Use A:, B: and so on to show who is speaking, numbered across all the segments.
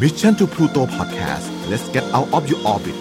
A: Mission to Pluto Podcast let's get out of your orbit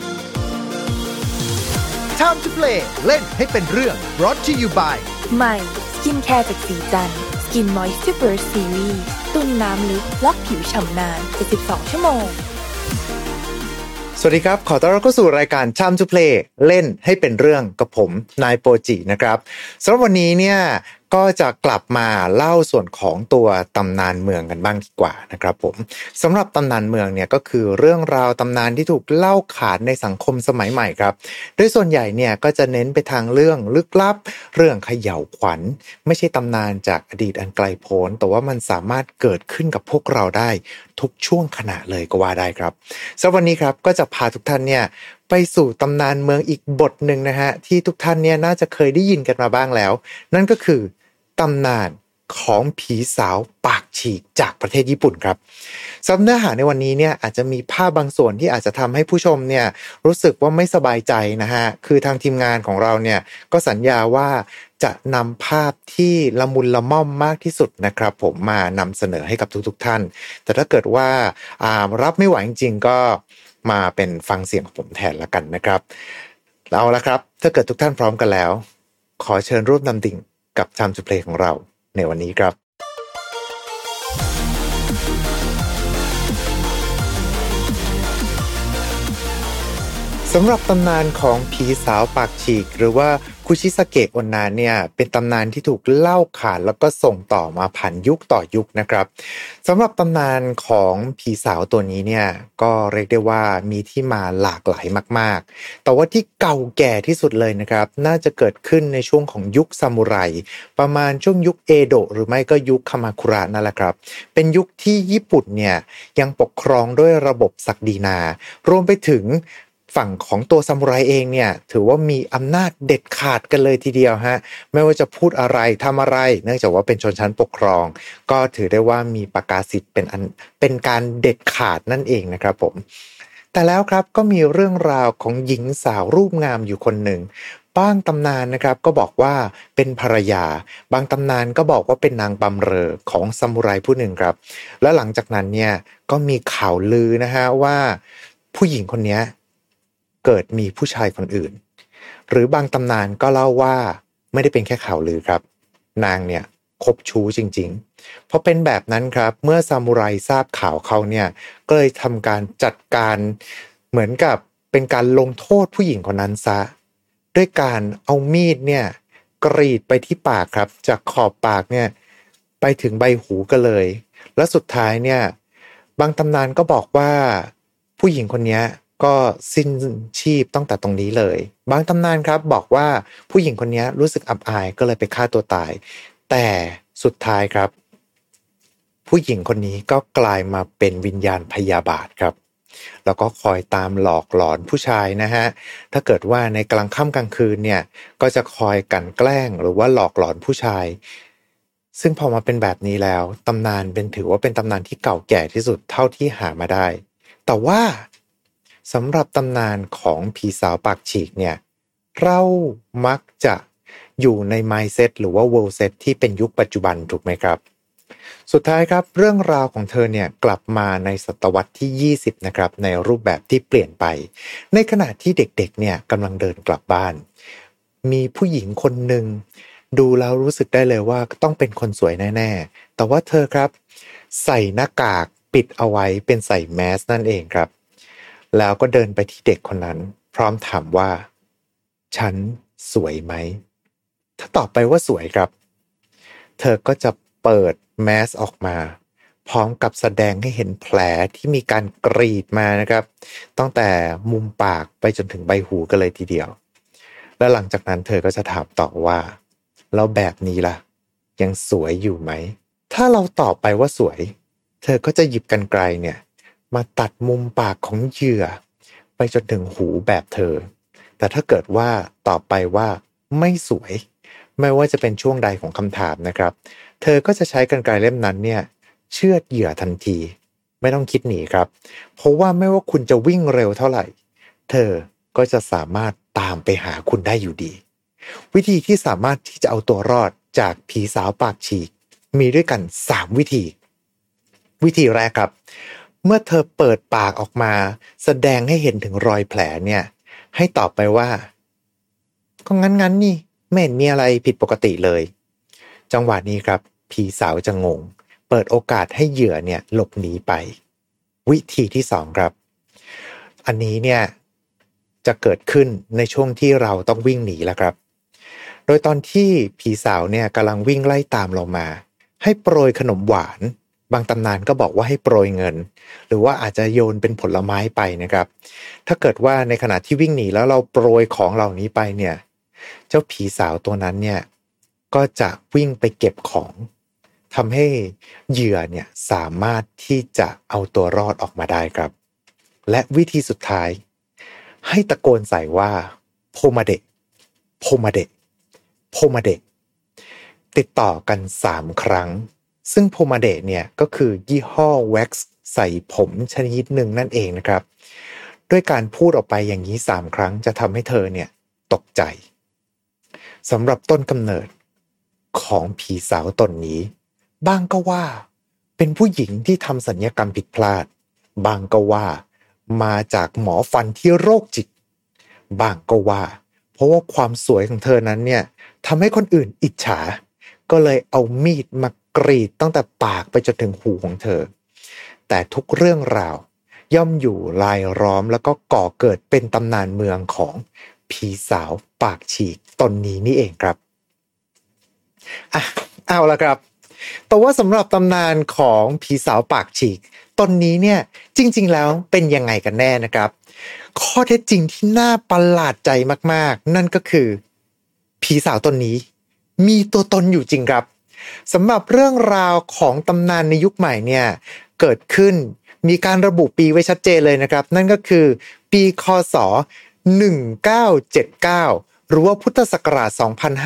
B: Time to play เล่นให้เป็นเรื่อง brought to you by
C: ใหม่สกินแคร์จากสีจันทร์ Skin Moisture Burst Series ตุ้นน้ำลึกล็อกผิวฉ่ำนาน72ชั่วโมง
D: สวัสดีครับขอต้อนรับเข้าสู่รายการ Time to Play เล่นให้เป็นเรื่องกับผมนายโปจินะครับสำหรับวันนี้เนี่ยก็จะกลับมาเล่าส่วนของตัวตำนานเมืองกันบ้างดีกว่านะครับผมสำหรับตำนานเมืองเนี่ยก็คือเรื่องราวตำนานที่ถูกเล่าขานในสังคมสมัยใหม่ครับโดยส่วนใหญ่เนี่ยก็จะเน้นไปทางเรื่องลึกลับเรื่องเขย่าวขวัญไม่ใช่ตำนานจากอดีตอันไกลโพ้นแต่ว่ามันสามารถเกิดขึ้นกับพวกเราได้ทุกช่วงขณะเลยก็ว่าได้ครับสำหรับวันนี้ครับก็จะพาทุกท่านเนี่ยไปสู่ตำนานเมืองอีกบทหนึ่งนะฮะที่ทุกท่านเนี่ยน่าจะเคยได้ยินกันมาบ้างแล้วนั่นก็คือตำนานของผีสาวปากฉีกจากประเทศญี่ปุ่นครับสำหรับเนื้อหาในวันนี้เนี่ยอาจจะมีภาพบางส่วนที่อาจจะทำให้ผู้ชมเนี่ยรู้สึกว่าไม่สบายใจนะฮะคือทางทีมงานของเราเนี่ยก็สัญญาว่าจะนำภาพที่ละมุนละม่อมมากที่สุดนะครับผมมานำเสนอให้กับทุกท่านแต่ถ้าเกิดว่ารับไม่ไหวจริงๆก็มาเป็นฟังเสียงของผมแทนละกันนะครับเอาละครับถ้าเกิดทุกท่านพร้อมกันแล้วขอเชิญร่วมนำดิ่งกับ Time to Play ของเราในวันนี้ครับสำหรับตำนานของผีสาวปากฉีกหรือว่าคุชิสเกะโอนานเนี่ยเป็นตำนานที่ถูกเล่าขานแล้วก็ส่งต่อมาผ่านยุคต่อยุคนะครับสำหรับตำนานของผีสาวตัวนี้เนี่ยก็เรียกได้ว่ามีที่มาหลากหลายมากๆแต่ว่าที่เก่าแก่ที่สุดเลยนะครับน่าจะเกิดขึ้นในช่วงของยุคซามูไรประมาณช่วงยุคเอโดะหรือไม่ก็ยุคคามาคุระนั่นแหละครับเป็นยุคที่ญี่ปุ่นเนี่ยยังปกครองด้วยระบบศักดินารวมไปถึงฝั่งของตัวซามูไรเองเนี่ยถือว่ามีอำนาจเด็ดขาดกันเลยทีเดียวฮะไม่ว่าจะพูดอะไรทำอะไรเนื่องจากว่าเป็นชนชั้นปกครองก็ถือได้ว่ามีประกาศสิทธิ์เป็นการเด็ดขาดนั่นเองนะครับผมแต่แล้วครับก็มีเรื่องราวของหญิงสาวรูปงามอยู่คนหนึ่งบางตำนานนะครับก็บอกว่าเป็นภรรยาบางตำนานก็บอกว่าเป็นนางบำเรอของซามูไรผู้หนึ่งครับและหลังจากนั้นเนี่ยก็มีข่าวลือนะฮะว่าผู้หญิงคนนี้เกิดมีผู้ชายคนอื่นหรือบางตำนานก็เล่าว่าไม่ได้เป็นแค่ข่าวลือครับนางเนี่ยคบชู้จริงๆเพราะเป็นแบบนั้นครับเมื่อซามูไรทราบข่าวเขาเนี่ยก็เลยทำการจัดการเหมือนกับเป็นการลงโทษผู้หญิงคนนั้นซะด้วยการเอามีดเนี่ยกรีดไปที่ปากครับจากขอบปากเนี่ยไปถึงใบหูกันเลยและสุดท้ายเนี่ยบางตำนานก็บอกว่าผู้หญิงคนนี้ก็สิ้นชีพตั้งแต่ตรงนี้เลยบางตำนานครับบอกว่าผู้หญิงคนนี้รู้สึกอับอายก็เลยไปฆ่าตัวตายแต่สุดท้ายครับผู้หญิงคนนี้ก็กลายมาเป็นวิญญาณพยาบาทครับแล้วก็คอยตามหลอกหลอนผู้ชายนะฮะถ้าเกิดว่าในกลางค่ำกลางคืนเนี่ยก็จะคอยกลั่นแกล้งหรือว่าหลอกหลอนผู้ชายซึ่งพอมาเป็นแบบนี้แล้วตำนานถือว่าเป็นตำนานที่เก่าแก่ที่สุดเท่าที่หามาได้แต่ว่าสำหรับตำนานของผีสาวปากฉีกเนี่ยเรามักจะอยู่ใน mindset หรือว่า world set ที่เป็นยุคปัจจุบันถูกไหมครับสุดท้ายครับเรื่องราวของเธอเนี่ยกลับมาในศตวรรษที่20นะครับในรูปแบบที่เปลี่ยนไปในขณะที่เด็กๆเนี่ยกำลังเดินกลับบ้านมีผู้หญิงคนหนึ่งดูแล้วรู้สึกได้เลยว่าต้องเป็นคนสวยแน่ๆแต่ว่าเธอครับใส่หน้ากากปิดเอาไว้เป็นใส่แมสนั่นเองครับแล้วก็เดินไปที่เด็กคนนั้นพร้อมถามว่าฉันสวยไหมถ้าตอบไปว่าสวยครับเธอก็จะเปิดแมสออกมาพร้อมกับแสดงให้เห็นแผลที่มีการกรีดมานะครับตั้งแต่มุมปากไปจนถึงใบหูกันเลยทีเดียวและหลังจากนั้นเธอก็จะถามต่อว่าแล้วแบบนี้ล่ะยังสวยอยู่ไหมถ้าเราตอบไปว่าสวยเธอก็จะหยิบกรรไกรเนี่ยมาตัดมุมปากของเหยื่อไปจนถึงหูแบบเธอแต่ถ้าเกิดว่าตอบไปว่าไม่สวยไม่ว่าจะเป็นช่วงใดของคำถามนะครับเธอก็จะใช้กรรไกรเล่มนั้นเนี่ยเชือดเหยื่อทันทีไม่ต้องคิดหนีครับเพราะว่าไม่ว่าคุณจะวิ่งเร็วเท่าไหร่เธอก็จะสามารถตามไปหาคุณได้อยู่ดีวิธีที่สามารถที่จะเอาตัวรอดจากผีสาวปากฉีกมีด้วยกัน3วิธีแรกครับเมื่อเธอเปิดปากออกมาแสดงให้เห็นถึงรอยแผลเนี่ยให้ตอบไปว่าก็งั้นนี่ไม่เห็นมีอะไรผิดปกติเลยจังหวะนี้ครับผีสาวจะงงเปิดโอกาสให้เหยื่อเนี่ยหลบหนีไปวิธีที่สองครับอันนี้เนี่ยจะเกิดขึ้นในช่วงที่เราต้องวิ่งหนีแล้วครับโดยตอนที่ผีสาวเนี่ยกำลังวิ่งไล่ตามเรามาให้โปรยขนมหวานบางตำนานก็บอกว่าให้โปรยเงินหรือว่าอาจจะโยนเป็นผลไม้ไปนะครับถ้าเกิดว่าในขณะที่วิ่งหนีแล้วเราโปรยของเหล่านี้ไปเนี่ยเจ้าผีสาวตัวนั้นเนี่ยก็จะวิ่งไปเก็บของทำให้เหยื่อเนี่ยสามารถที่จะเอาตัวรอดออกมาได้ครับและวิธีสุดท้ายให้ตะโกนใส่ว่าโพมาเดะโพมาเดะโพมาเดะติดต่อกัน3ครั้งซึ่งโพมาเดะเนี่ยก็คือยี่ห้อแว็กซ์ใส่ผมชนิดหนึ่งนั่นเองนะครับด้วยการพูดออกไปอย่างนี้3ครั้งจะทำให้เธอเนี่ยตกใจสำหรับต้นกำเนิดของผีสาวตนนี้บางก็ว่าเป็นผู้หญิงที่ทำศัลยกรรมผิดพลาดบางก็ว่ามาจากหมอฟันที่โรคจิตบางก็ว่าเพราะว่าความสวยของเธอนั้นเนี่ยทำให้คนอื่นอิจฉาก็เลยเอามีดมากรีดตั้งแต่ปากไปจนถึงหูของเธอแต่ทุกเรื่องราวย่อมอยู่รายล้อมแล้วก็ก่อเกิดเป็นตำนานเมืองของผีสาวปากฉีกตนนี้นี่เองครับเอาละครับแต่ว่าสำหรับตำนานของผีสาวปากฉีกตนนี้เนี่ยจริงๆแล้วเป็นยังไงกันแน่นะครับข้อเท็จจริงที่น่าประหลาดใจมากๆนั่นก็คือผีสาวตนนี้มีตัวตนอยู่จริงครับสำหรับเรื่องราวของตำนานในยุคใหม่เนี่ยเกิดขึ้นมีการระบุปีไว้ชัดเจนเลยนะครับนั่นก็คือปีคศ1979หรือว่าพุทธศักราช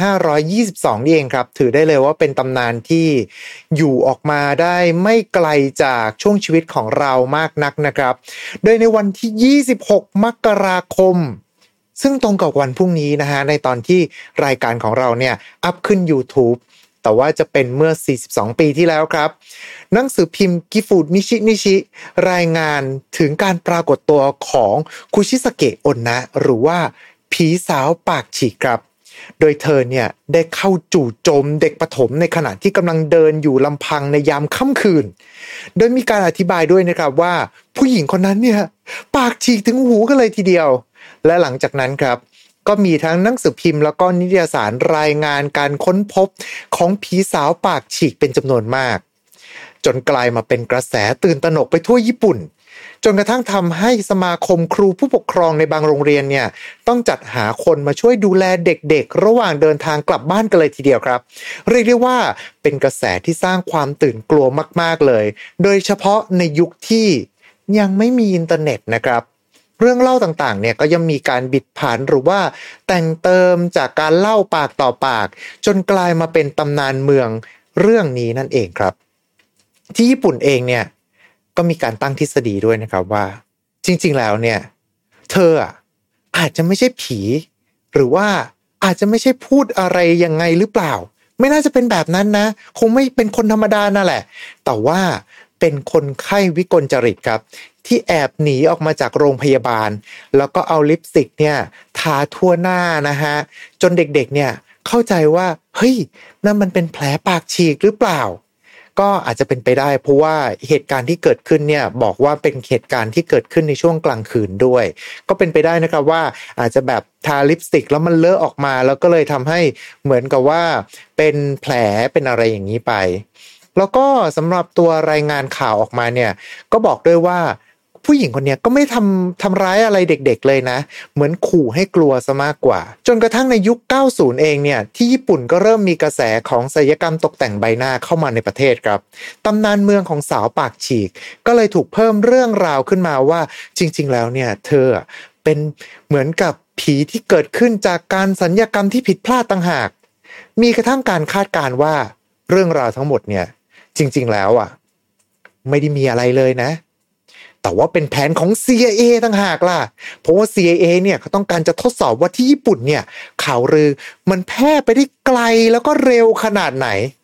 D: 2522นี่เองครับถือได้เลยว่าเป็นตำนานที่อยู่ออกมาได้ไม่ไกลจากช่วงชีวิตของเรามากนักนะครับโดยในวันที่26มกราคมซึ่งตรงกับวันพรุ่งนี้นะฮะในตอนที่รายการของเราเนี่ยอัพขึ้น YouTube แต่ว่าจะเป็นเมื่อ42ปีที่แล้วครับหนังสือพิมพ์กิฟุนิชิรายงานถึงการปรากฏตัวของคุชิสเกะอนนะหรือว่าผีสาวปากฉีกครับโดยเธอเนี่ยได้เข้าจู่โจมเด็กประถมในขณะที่กำลังเดินอยู่ลำพังในยามค่ำคืนโดยมีการอธิบายด้วยนะครับว่าผู้หญิงคนนั้นเนี่ยปากฉีกถึงหูกันเลยทีเดียวและหลังจากนั้นครับก็มีทั้งหนังสือพิมพ์แล้วก็นิตยสารรายงานการค้นพบของผีสาวปากฉีกเป็นจำนวนมากจนกลายมาเป็นกระแสตื่นตระหนกไปทั่วญี่ปุ่นจนกระทั่งทำให้สมาคมครูผู้ปกครองในบางโรงเรียนเนี่ยต้องจัดหาคนมาช่วยดูแลเด็กๆระหว่างเดินทางกลับบ้านกันเลยทีเดียวครับเรียกได้ว่าเป็นกระแสที่สร้างความตื่นกลัวมากๆเลยโดยเฉพาะในยุคที่ยังไม่มีอินเทอร์เน็ตนะครับเรื่องเล่าต่างๆเนี่ยก็ยังมีการบิดผันหรือว่าแต่งเติมจากการเล่าปากต่อปากจนกลายมาเป็นตำนานเมืองเรื่องนี้นั่นเองครับที่ญี่ปุ่นเองเนี่ยก็มีการตั้งทฤษฎีด้วยนะครับว่าจริงๆแล้วเนี่ยเธออาจจะไม่ใช่ผีหรือว่าอาจจะไม่ใช่พูดอะไรยังไงหรือเปล่าไม่น่าจะเป็นแบบนั้นนะคงไม่เป็นคนธรรมดานั่นแหละแต่ว่าเป็นคนไข้วิกลจริตครับที่แอบหนีออกมาจากโรงพยาบาลแล้วก็เอาลิปสติกเนี่ยทาทั่วหน้านะฮะจนเด็กๆเนี่ยเข้าใจว่าเฮ้ยนั่นมันเป็นแผลปากฉีกหรือเปล่าก็อาจจะเป็นไปได้เพราะว่าเหตุการณ์ที่เกิดขึ้นเนี่ยบอกว่าเป็นเหตุการณ์ที่เกิดขึ้นในช่วงกลางคืนด้วยก็เป็นไปได้นะครับว่าอาจจะแบบทาลิปสติกแล้วมันเลอะออกมาแล้วก็เลยทำให้เหมือนกับว่าเป็นแผลเป็นอะไรอย่างนี้ไปแล้วก็สำหรับตัวรายงานข่าวออกมาเนี่ยก็บอกด้วยว่าผู้หญิงคนนี้ก็ไม่ทำร้ายอะไรเด็กๆเลยนะเหมือนขู่ให้กลัวซะมากกว่าจนกระทั่งในยุค 90 เองเนี่ยที่ญี่ปุ่นก็เริ่มมีกระแสของศัลยกรรมตกแต่งใบหน้าเข้ามาในประเทศครับตำนานเมืองของสาวปากฉีกก็เลยถูกเพิ่มเรื่องราวขึ้นมาว่าจริงๆแล้วเนี่ยเธอเป็นเหมือนกับผีที่เกิดขึ้นจากการศัลยกรรมที่ผิดพลาดต่างหากมีกระทั่งการคาดการณ์ว่าเรื่องราวทั้งหมดเนี่ยจริงๆแล้วไม่ได้มีอะไรเลยนะแต่ว่าเป็นแผนของ CIA ต่างหากล่ะเพราะว่า CIA เนี่ยเขาต้องการจะทดสอบว่าที่ญี่ปุ่นเนี่ยข่าวลือมันแพร่ไปได้ไกลแล้วก็เร็วขนาดไหน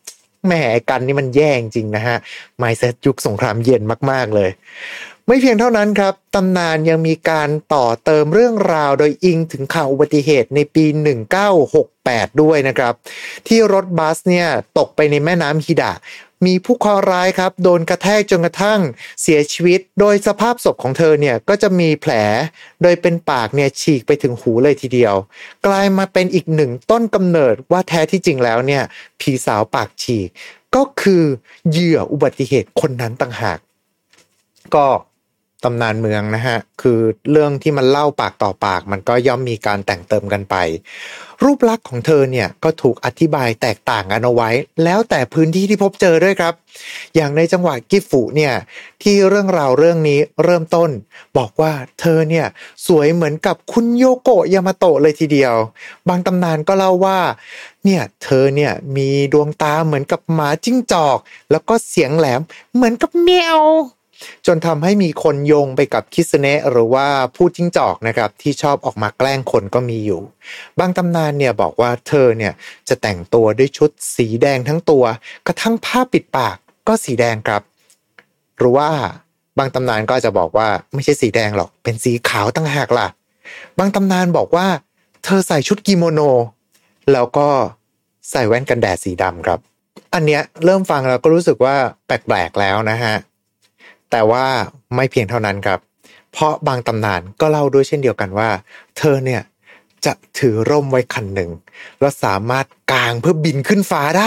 D: แหมกันนี่มันแย่จริงนะฮะ mindset ยุคสงครามเย็นมากๆเลยไม่เพียงเท่านั้นครับตำนานยังมีการต่อเติมเรื่องราวโดยอิงถึงข่าวอุบัติเหตุในปี1968ด้วยนะครับที่รถบัสเนี่ยตกไปในแม่น้ำฮิดะมีผู้เคราะห์ร้ายครับโดนกระแทกจนกระทั่งเสียชีวิตโดยสภาพศพของเธอเนี่ยก็จะมีแผลโดยเป็นปากเนี่ยฉีกไปถึงหูเลยทีเดียวกลายมาเป็นอีกหนึ่งต้นกำเนิดว่าแท้ที่จริงแล้วเนี่ยผีสาวปากฉีกก็คือเหยื่ออุบัติเหตุคนนั้นต่างหากก็ตำนานเมืองนะฮะคือเรื่องที่มันเล่าปากต่อปากมันก็ย่อมมีการแต่งเติมกันไปรูปลักษณ์ของเธอเนี่ยก็ถูกอธิบายแตกต่างกันเอาไว้แล้วแต่พื้นที่ที่พบเจอด้วยครับอย่างในจังหวัดกิฟุเนี่ยที่เรื่องราวเรื่องนี้เริ่มต้นบอกว่าเธอเนี่ยสวยเหมือนกับคุณโยโกะยามาโตะเลยทีเดียวบางตำนานก็เล่าว่าเนี่ยเธอเนี่ยมีดวงตาเหมือนกับหมาจิ้งจอกแล้วก็เสียงแหลมเหมือนกับแมวจนทำให้มีคนโยงไปกับคิสเนะหรือว่าผู้จิ้งจอกนะครับที่ชอบออกมาแกล้งคนก็มีอยู่บางตำนานเนี่ยบอกว่าเธอเนี่ยจะแต่งตัวด้วยชุดสีแดงทั้งตัวกระทั่งผ้าปิดปากก็สีแดงครับหรือว่าบางตำนานก็จะบอกว่าไม่ใช่สีแดงหรอกเป็นสีขาวตั้งหากล่ะบางตำนานบอกว่าเธอใส่ชุดกิโมโนแล้วก็ใส่แว่นกันแดดสีดำครับอันเนี้ยเริ่มฟังแล้วก็รู้สึกว่าแปลกๆแล้วนะฮะแต่ว่าไม่เพียงเท่านั้นครับเพราะบางตำนานก็เล่าด้วยเช่นเดียวกันว่าเธอเนี่ยจะถือร่มไว้คันหนึ่งแล้วสามารถกางเพื่อบินขึ้นฟ้าได้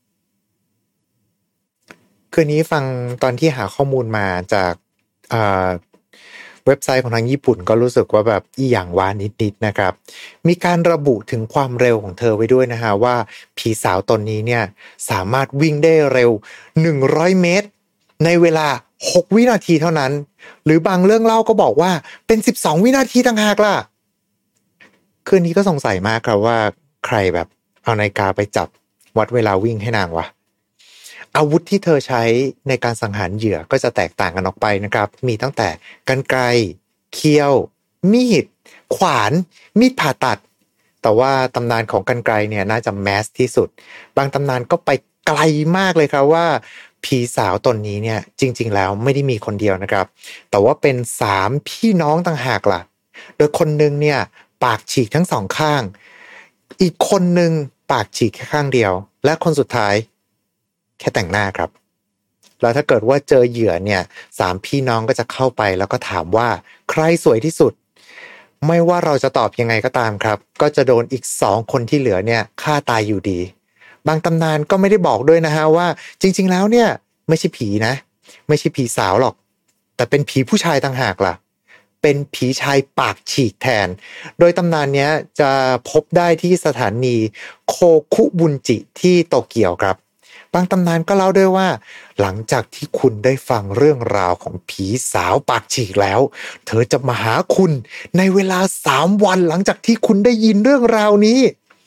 D: คืนนี้ฟังตอนที่หาข้อมูลมาจากเว็บไซต์ของทางญี่ปุ่นก็รู้สึกว่าแบบอีหยังวานิดๆนะครับมีการระบุถึงความเร็วของเธอไว้ด้วยนะฮะว่าผีสาวตนนี้เนี่ยสามารถวิ่งได้เร็ว100เมตรในเวลา6วินาทีเท่านั้นหรือบางเรื่องเล่าก็บอกว่าเป็น12วินาทีต่างหากล่ะคืนนี้ก็สงสัยมากครับว่าใครแบบเอานาฬิกาไปจับวัดเวลาวิ่งให้นางวะอาวุธที่เธอใช้ในการสังหารเหยื่อก็จะแตกต่างกันออกไปนะครับมีตั้งแต่กรรไกรเคี้ยวมีดขวานมีดผ่าตัดแต่ว่าตำนานของกรรไกรเนี่ยน่าจะแมสที่สุดบางตำนานก็ไปไกลมากเลยครับว่าผีสาวตนนี้เนี่ยจริงๆแล้วไม่ได้มีคนเดียวนะครับแต่ว่าเป็น3พี่น้องต่างหากล่ะโดยคนนึงเนี่ยปากฉีกทั้ง2ข้างอีกคนนึงปากฉีกแค่ข้างเดียวและคนสุดท้ายแค่แต่งหน้าครับแล้วถ้าเกิดว่าเจอเหยื่อเนี่ย3พี่น้องก็จะเข้าไปแล้วก็ถามว่าใครสวยที่สุดไม่ว่าเราจะตอบยังไงก็ตามครับก็จะโดนอีก2คนที่เหลือเนี่ยฆ่าตายอยู่ดีบางตำนานก็ไม่ได้บอกด้วยนะฮะว่าจริงๆแล้วเนี่ยไม่ใช่ผีนะไม่ใช่ผีสาวหรอกแต่เป็นผีผู้ชายต่างหากล่ะเป็นผีชายปากฉีกแทนโดยตำนานนี้จะพบได้ที่สถานีโคคุบุนจิที่โตเกียวครับบางตำนานก็เล่าด้วยว่าหลังจากที่คุณได้ฟังเรื่องราวของผีสาวปากฉีกแล้วเธอจะมาหาคุณในเวลา3วันหลังจากที่คุณได้ยินเรื่องราวนี้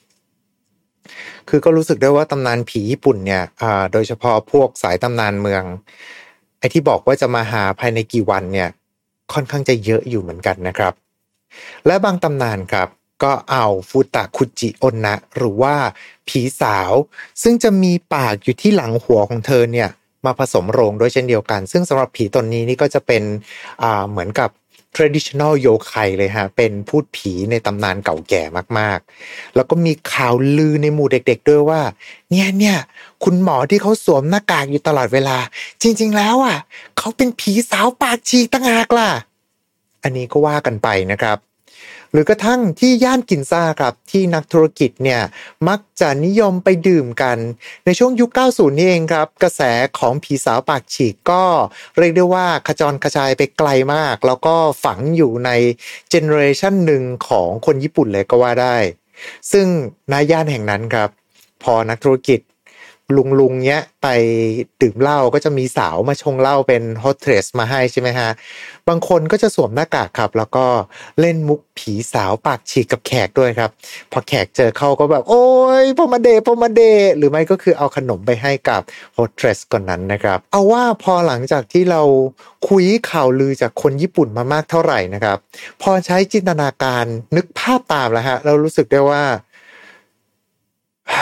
D: คือก็รู้สึกได้ว่าตำนานผีญี่ปุ่นเนี่ยโดยเฉพาะพวกสายตำนานเมืองไอ้ที่บอกว่าจะมาหาภายในกี่วันเนี่ยค่อนข้างจะเยอะอยู่เหมือนกันนะครับและบางตำนานครับก็เอาฟูตะคุจิโอนนะหรือว่าผีสาวซึ่งจะมีปากอยู่ที่หลังหัวของเธอเนี่ยมาผสมโรงด้วยเช่นเดียวกันซึ่งสำหรับผีตนนี้นี่ก็จะเป็นเหมือนกับtraditional yokai เลยฮะเป็นพูดผีในตำนานเก่าแก่มากๆแล้วก็มีข่าวลือในหมู่เด็กๆด้วยว่าเนี่ยคุณหมอที่เขาสวมหน้ากากอยู่ตลอดเวลาจริงๆแล้วอ่ะเขาเป็นผีสาวปากฉีกต่างหากล่ะอันนี้ก็ว่ากันไปนะครับหรือกระทั่งที่ย่านกินซ่าครับที่นักธุรกิจเนี่ยมักจะนิยมไปดื่มกันในช่วงยุค 90 นี่เองครับกระแสของผีสาวปากฉีกก็เรียกได้ว่าขจรกระจายไปไกลมากแล้วก็ฝังอยู่ในเจเนอเรชันหนึ่งของคนญี่ปุ่นเลยก็ว่าได้ซึ่งณย่านแห่งนั้นครับพอนักธุรกิจลุงเนี้ยไปดื่มเหล้าก็จะมีสาวมาชงเหล้าเป็นโฮสเทสมาให้ใช่ไหมฮะบางคนก็จะสวมหน้ากากครับแล้วก็เล่นมุกผีสาวปากฉีกกับแขกด้วยครับพอแขกเจอเข้าก็แบบโอ้ยพอมาเดหรือไม่ก็คือเอาขนมไปให้กับโฮสเทสคนนั้นนะครับเอาว่าพอหลังจากที่เราคุยข่าวลือจากคนญี่ปุ่นมามากเท่าไหร่นะครับพอใช้จินตนาการนึกภาพตามแล้วฮะเรารู้สึกได้ว่า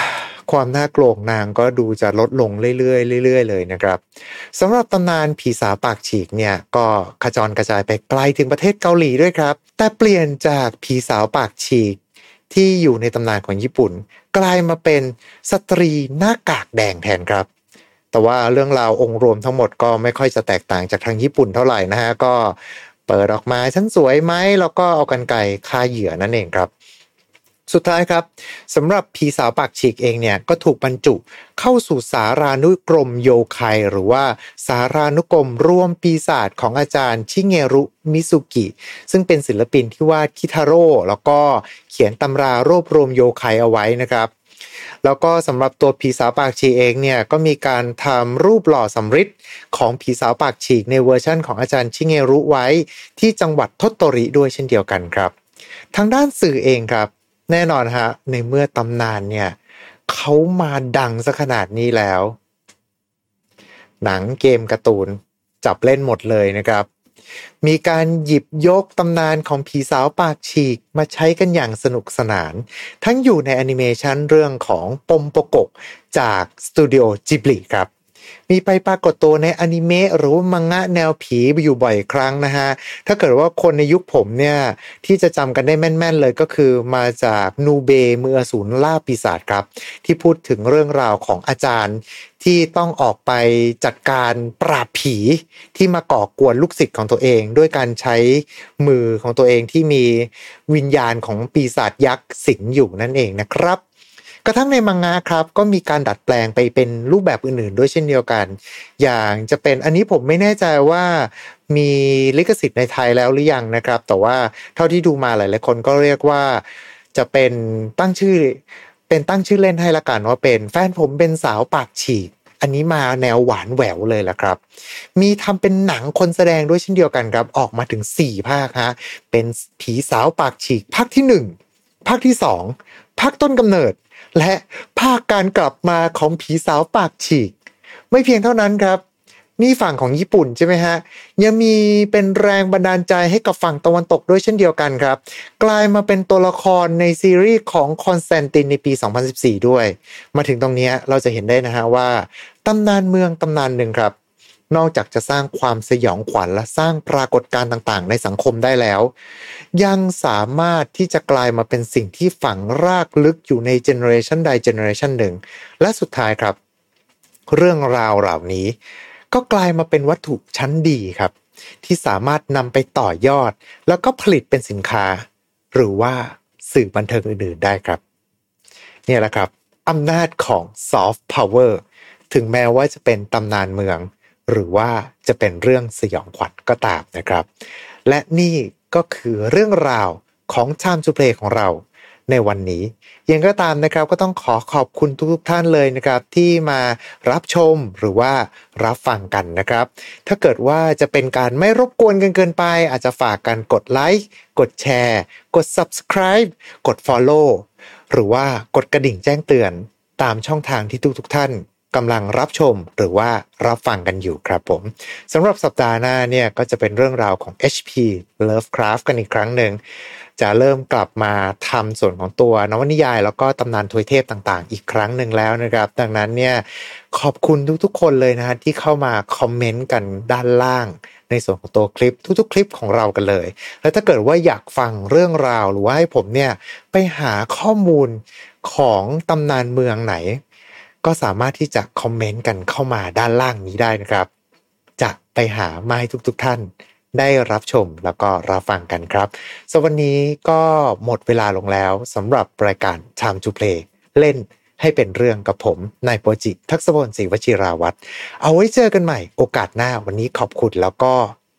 D: ความน่ากลัวของนางก็ดูจะลดลงเรื่อยๆเรื่อยๆเลยนะครับสำหรับตำนานผีสาวปากฉีกเนี่ยก็ขจรกระจายไปไกลถึงประเทศเกาหลีด้วยครับแต่เปลี่ยนจากผีสาวปากฉีกที่อยู่ในตำนานของญี่ปุ่นกลายมาเป็นสตรีหน้ากากแดงแทนครับแต่ว่าเรื่องราวองค์รวมทั้งหมดก็ไม่ค่อยจะแตกต่างจากทางญี่ปุ่นเท่าไหร่นะฮะก็เปิดออกมาฉันสวยไหมแล้วก็เอากรรไกรฆ่าเหยื่อนั่นเองครับสุดท้ายครับสำหรับผีสาวปากฉีกเองเนี่ยก็ถูกบรรจุเข้าสู่สารานุกรมโยไคหรือว่าสารานุกรมรวมปีศาจของอาจารย์ชิเงรุมิซุกิซึ่งเป็นศิลปินที่วาดคิทาโร่แล้วก็เขียนตำรารวบรวมโยไคเอาไว้นะครับแล้วก็สำหรับตัวผีสาวปากฉีกเองเนี่ยก็มีการทำรูปหล่อสำริดของผีสาวปากฉีกในเวอร์ชั่นของอาจารย์ชิเงรุไว้ที่จังหวัดโทโตริด้วยเช่นเดียวกันครับทางด้านสื่อเองครับแน่นอนฮะในเมื่อตำนานเนี่ยเขามาดังซะขนาดนี้แล้วหนังเกมการ์ตูนจับเล่นหมดเลยนะครับมีการหยิบยกตำนานของผีสาวปากฉีกมาใช้กันอย่างสนุกสนานทั้งอยู่ในแอนิเมชันเรื่องของปมโปกกจากสตูดิโอจิบลิครับมีไปปรากฏตัวในอนิเมะหรือมังงะแนวผีอยู่บ่อยครั้งนะฮะถ้าเกิดว่าคนในยุคผมเนี่ยที่จะจำกันได้แม่นๆเลยก็คือมาจากนูเบมืออสูรล่าปีศาจครับที่พูดถึงเรื่องราวของอาจารย์ที่ต้องออกไปจัดการปราบผีที่มาก่อกวนลูกศิษย์ของตัวเองด้วยการใช้มือของตัวเองที่มีวิญญาณของปีศาจยักษ์สิงอยู่นั่นเองนะครับกระทั่งในมังงะครับก็มีการดัดแปลงไปเป็นรูปแบบอื่นๆด้วยเช่นเดียวกันอย่างจะเป็นอันนี้ผมไม่แน่ใจว่ามีลิขสิทธิ์ในไทยแล้วหรือยังนะครับแต่ว่าเท่าที่ดูมาหลายๆคนก็เรียกว่าจะเป็นตั้งชื่อเล่นให้ละกันว่าเป็นแฟนผมเป็นสาวปากฉีกอันนี้มาแนวหวานแหววเลยล่ะครับมีทำเป็นหนังคนแสดงด้วยเช่นเดียวกันครับออกมาถึง4ภาคฮะเป็นผีสาวปากฉีกภาคที่1ภาคที่2ภาคต้นกำเนิดและภาคการกลับมาของผีสาวปากฉีกไม่เพียงเท่านั้นครับนี่ฝั่งของญี่ปุ่นใช่ไหมฮะยังมีเป็นแรงบันดาลใจให้กับฝั่งตะวันตกด้วยเช่นเดียวกันครับกลายมาเป็นตัวละครในซีรีส์ของคอนสแตนตินในปี2014ด้วยมาถึงตรงนี้เราจะเห็นได้นะฮะว่าตำนานเมืองตำนานหนึ่งครับนอกจากจะสร้างความสยองขวัญและสร้างปรากฏการณ์ต่างๆในสังคมได้แล้วยังสามารถที่จะกลายมาเป็นสิ่งที่ฝังรากลึกอยู่ในเจเนอเรชันใดเจเนอเรชันหนึ่งและสุดท้ายครับเรื่องราวเหล่านี้ก็กลายมาเป็นวัตถุชั้นดีครับที่สามารถนำไปต่อยอดแล้วก็ผลิตเป็นสินค้าหรือว่าสื่อบันเทิงอื่นๆได้ครับเนี่ยแหละครับอำนาจของซอฟต์พาวเวอร์ถึงแม้ว่าจะเป็นตำนานเมืองหรือว่าจะเป็นเรื่องสยองขวัญก็ตามนะครับและนี่ก็คือเรื่องราวของ Time to Play ของเราในวันนี้ยังก็ตามนะครับก็ต้องขอบคุณทุกท่านเลยนะครับที่มารับชมหรือว่ารับฟังกันนะครับถ้าเกิดว่าจะเป็นการไม่รบกวนกันเกินไปอาจจะฝากกันกดไลค์กดแชร์กด Subscribe กด Follow หรือว่ากดกระดิ่งแจ้งเตือนตามช่องทางที่ทุกท่านกำลังรับชมหรือว่ารับฟังกันอยู่ครับผมสำหรับสัปดาห์หน้าเนี่ยก็จะเป็นเรื่องราวของ HP Lovecraft กันอีกครั้งหนึ่งจะเริ่มกลับมาทำส่วนของตัวนวนิยายแล้วก็ตำนานทวยเทพต่างๆอีกครั้งหนึ่งแล้วนะครับดังนั้นเนี่ยขอบคุณทุกๆคนเลยนะฮะที่เข้ามาคอมเมนต์กันด้านล่างในส่วนของตัวคลิปทุกๆคลิปของเรากันเลยแล้วถ้าเกิดว่าอยากฟังเรื่องราวหรือว่าให้ผมเนี่ยไปหาข้อมูลของตำนานเมืองไหนก็สามารถที่จะคอมเมนต์กันเข้ามาด้านล่างนี้ได้นะครับจะไปหามาให้ทุกท่านได้รับชมแล้วก็รับฟังกันครับสำหรับวันนี้ก็หมดเวลาลงแล้วสำหรับรายการ Time to Play เล่นให้เป็นเรื่องกับผมนายโปรจิทักษพลศรีวชิราวัฒน์เอาไว้เจอกันใหม่โอกาสหน้าวันนี้ขอบคุณแล้วก็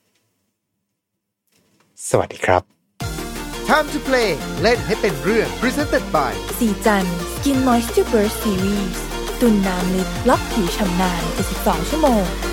D: สวัสดีครับ
B: Time to Play เล่นให้เป็นเรื่อง Presented by
C: สีจัน Skin Moisture Burst Series ตุ่นน้ำลึกล็อกผิวชำนาน72 ชั่วโมง